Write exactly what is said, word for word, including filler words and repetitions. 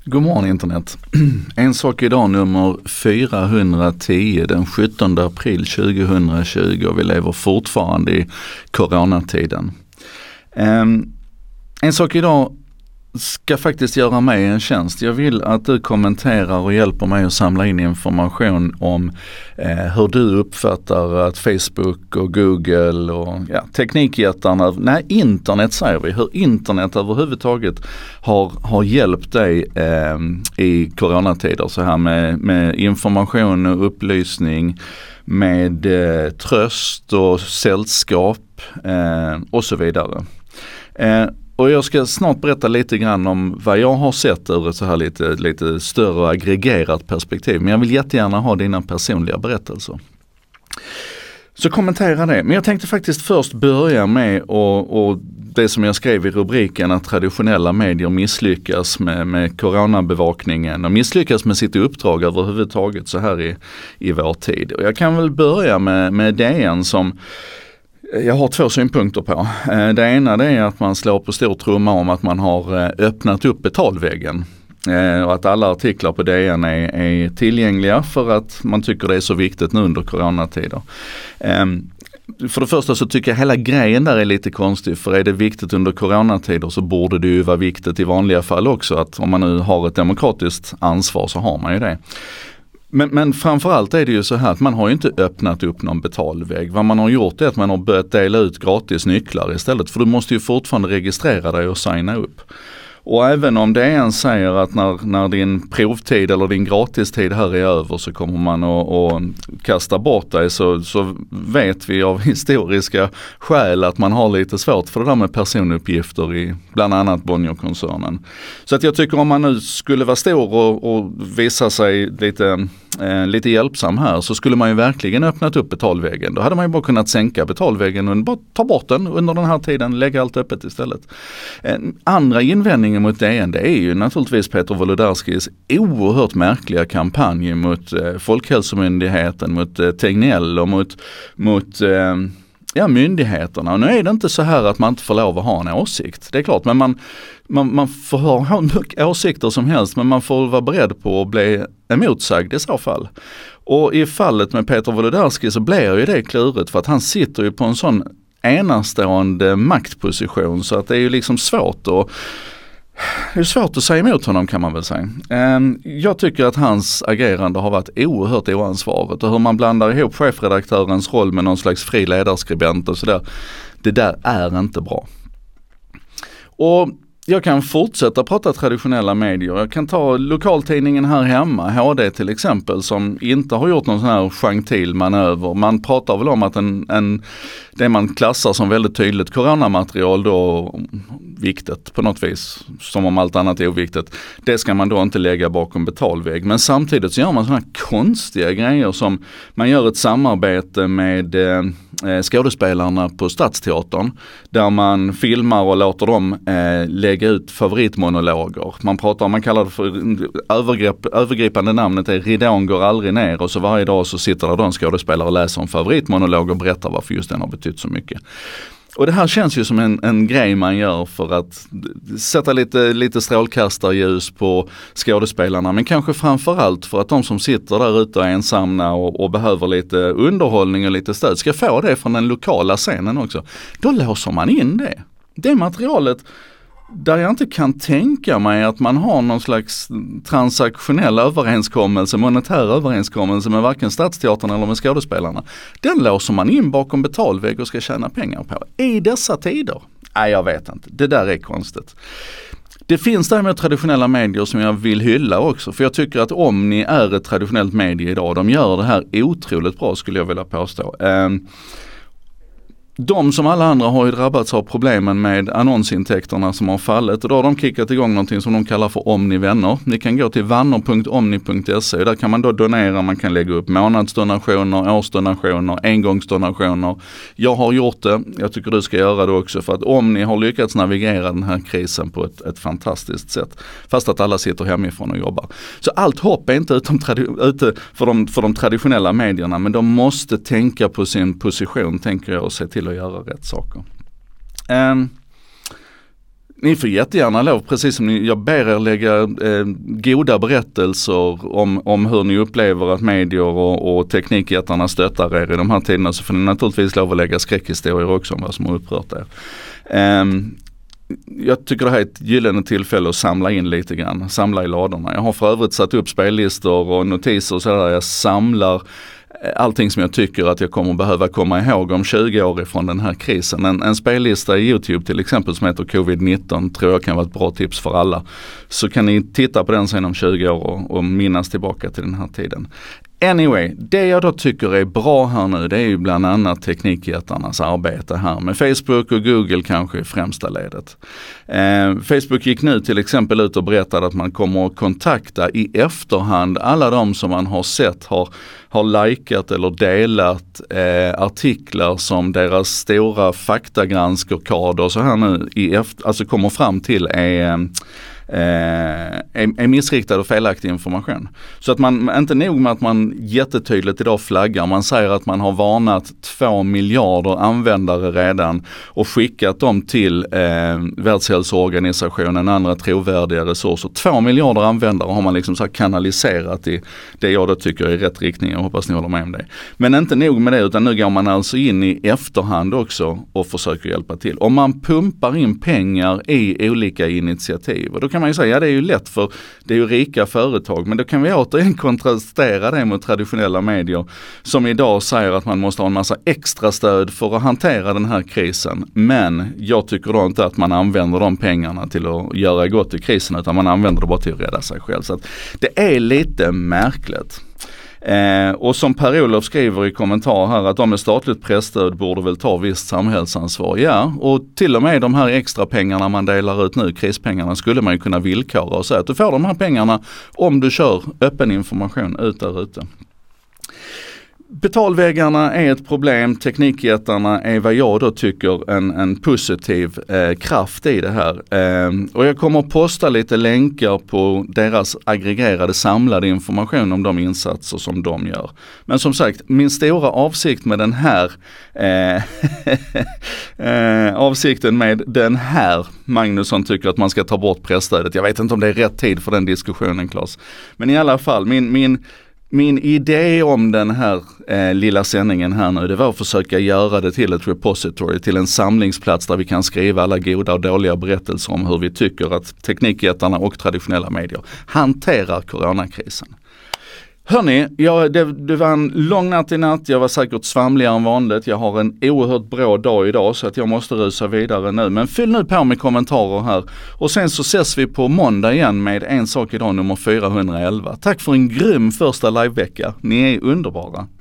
God morgon internet. En sak idag nummer fyrahundratio den sjuttonde april tjugohundratjugo och vi lever fortfarande i coronatiden. Um, en sak idag ska faktiskt göra mig en tjänst. Jag vill att du kommenterar och hjälper mig att samla in information om eh, hur du uppfattar att Facebook och Google och ja, teknikjättarna, nej internet säger vi, hur internet överhuvudtaget har, har hjälpt dig eh, i coronatider så här med, med information och upplysning, med eh, tröst och sällskap eh, och så vidare. Eh, Och jag ska snart berätta lite grann om vad jag har sett ur ett så här lite, lite större och aggregerat perspektiv. Men jag vill jättegärna ha dina personliga berättelser. Så kommentera det. Men jag tänkte faktiskt först börja med och, och det som jag skrev i rubriken att traditionella medier misslyckas med, med coronabevakningen och misslyckas med sitt uppdrag överhuvudtaget så här i, i vår tid. Och jag kan väl börja med, med D N som jag har två synpunkter på. Det ena det är att man slår på stor trumma om att man har öppnat upp betalväggen. Och att alla artiklar på D N är, är tillgängliga för att man tycker det är så viktigt nu under coronatider. För det första så tycker jag hela grejen där är lite konstig, för är det viktigt under coronatider så borde det ju vara viktigt i vanliga fall också, att om man nu har ett demokratiskt ansvar så har man ju det. Men, men framförallt är det ju så här att man har ju inte öppnat upp någon betalväg. Vad man har gjort är att man har börjat dela ut gratis nycklar istället, för du måste ju fortfarande registrera dig och signa upp. Och även om det en säger att när, när din provtid eller din gratistid här är över så kommer man att, att kasta bort dig, så, så vet vi av historiska skäl att man har lite svårt för det där med personuppgifter i bland annat Bonnier-koncernen. Så att jag tycker om man nu skulle vara stor och, och visa sig lite, eh, lite hjälpsam här, så skulle man ju verkligen öppnat upp betalvägen. Då hade man ju bara kunnat sänka betalvägen och bara ta bort den under den här tiden, lägga allt öppet istället. Eh, andra invändningar mot D N, det är ju naturligtvis Peter Wolodarskis oerhört märkliga kampanj mot eh, Folkhälsomyndigheten, mot eh, Tegnell och mot, mot eh, ja, myndigheterna. Och nu är det inte så här att man inte får lov att ha en åsikt. Det är klart, men man, man, man får ha mycket åsikter som helst, men man får vara beredd på att bli emotsagd i så fall. Och i fallet med Peter Wolodarski så blir ju det klurigt, för att han sitter ju på en sån enastående maktposition så att det är ju liksom svårt att Det är svårt att säga emot honom, kan man väl säga. Jag tycker att hans agerande har varit oerhört oansvarigt, och hur man blandar ihop chefredaktörens roll med någon slags fri ledarskribent och sådär. Det där är inte bra. Och jag kan fortsätta prata traditionella medier. Jag kan ta lokaltidningen här hemma, H D till exempel, som inte har gjort någon sån här gentil manöver. Man pratar väl om att en, en, det man klassar som väldigt tydligt coronamaterial då viktigt på något vis, som om allt annat är oviktigt. Det ska man då inte lägga bakom betalväg. Men samtidigt så gör man såna här konstiga grejer som man gör ett samarbete med eh, skådespelarna på Stadsteatern, där man filmar och låter dem eh, lägga ut favoritmonologer. Man pratar om, man kallar det för övergrepp, övergripande namnet är Ridån går aldrig ner, och så varje dag så sitter det då en skådespelare och läser om favoritmonologer och berättar varför just den har betytt så mycket. Och det här känns ju som en, en grej man gör för att sätta lite, lite strålkastarljus på skådespelarna, men kanske framförallt för att de som sitter där ute är ensamma och, och behöver lite underhållning och lite stöd ska få det från den lokala scenen också. Då låser man in det. Det materialet där jag inte kan tänka mig att man har någon slags transaktionell överenskommelse, monetär överenskommelse med varken Stadsteatern eller med skådespelarna. Den låser man in bakom betalvägg och ska tjäna pengar på. I dessa tider? Nej, jag vet inte. Det där är konstigt. Det finns därmed traditionella medier som jag vill hylla också, för jag tycker att Omni är ett traditionellt medie idag. De gör det här otroligt bra, skulle jag vilja påstå. Um, De som alla andra har ju drabbats av problemen med annonsintäkterna som har fallit, och då har de kickat igång någonting som de kallar för Omni Vänner. Ni kan gå till vänner punkt omni punkt se, där kan man då donera, man kan lägga upp månadsdonationer, årsdonationer, engångsdonationer. Jag har gjort det, jag tycker du ska göra det också, för att Omni har lyckats navigera den här krisen på ett, ett fantastiskt sätt, fast att alla sitter hemifrån och jobbar. Så allt hopp är inte utom tradi- ute för de, för de traditionella medierna, men de måste tänka på sin position, tänker jag, och se till att göra rätt saker. Um, Ni får jättegärna lov, precis som ni, jag ber er lägga eh, goda berättelser om, om hur ni upplever att medier och, och teknikjättarna stöttar er i de här tiderna, så får ni naturligtvis lov att lägga skräckhistorier också om vad som har upprört er. Eh, jag tycker det här är ett gyllene tillfälle att samla in lite grann, samla i ladorna. Jag har för övrigt satt upp spellistor och notiser och sådär, jag samlar allting som jag tycker att jag kommer behöva komma ihåg om tjugo år ifrån den här krisen. En, en spellista i YouTube till exempel som heter covid nitton tror jag kan vara ett bra tips för alla. Så kan ni titta på den sen om tjugo år och, och minnas tillbaka till den här tiden. Anyway, det jag då tycker är bra här nu, det är ju bland annat teknikjättarnas arbete här med Facebook och Google kanske i främsta ledet. Eh, Facebook gick nu till exempel ut och berättade att man kommer att kontakta i efterhand alla de som man har sett har, har likat eller delat eh, artiklar som deras stora faktagranskkader så här nu i efter, alltså kommer fram till är eh, är, är missriktad och felaktig information. Så att man, inte nog med att man jättetydligt idag flaggar, man säger att man har varnat två miljarder användare redan och skickat dem till eh, Världshälsoorganisationen och andra trovärdiga resurser. Två miljarder användare har man liksom så här kanaliserat i det jag då tycker är rätt riktning. Jag hoppas ni håller med om det. Men inte nog med det, utan nu går man alltså in i efterhand också och försöker hjälpa till. Om man pumpar in pengar i olika initiativ, och då kan man ju säga, ja det är ju lätt för det är ju rika företag, men då kan vi återigen kontrastera det mot traditionella medier som idag säger att man måste ha en massa extra stöd för att hantera den här krisen. Men jag tycker då inte att man använder de pengarna till att göra gott i krisen, utan man använder det bara till att rädda sig själv. Så att det är lite märkligt. Eh, och som Per-Olof skriver i kommentar här att de med statligt pressstöd borde väl ta visst samhällsansvar. Ja, och till och med de här extra pengarna man delar ut nu, krispengarna, skulle man ju kunna villkora och säga att du får de här pengarna om du kör öppen information ut där ute. Betalväggarna är ett problem, teknikjättarna är vad jag då tycker en, en positiv eh, kraft i det här. Eh, och jag kommer att posta lite länkar på deras aggregerade samlade information om de insatser som de gör. Men som sagt, min stora avsikt med den här eh, eh, avsikten med den här Magnusson tycker att man ska ta bort pressstödet. Jag vet inte om det är rätt tid för den diskussionen, Claes. Men i alla fall, min, min Min idé om den här eh, lilla sändningen här nu, det var att försöka göra det till ett repository, till en samlingsplats där vi kan skriva alla goda och dåliga berättelser om hur vi tycker att teknikjättarna och traditionella medier hanterar coronakrisen. Hörrni, jag, det, det var en lång natt i natt, jag var säkert svamligare än vanligt, jag har en oerhört bra dag idag så att jag måste rusa vidare nu. Men fyll nu på med kommentarer här och sen så ses vi på måndag igen med En sak idag nummer fyrahundraelva. Tack för en grym första livevecka, ni är underbara.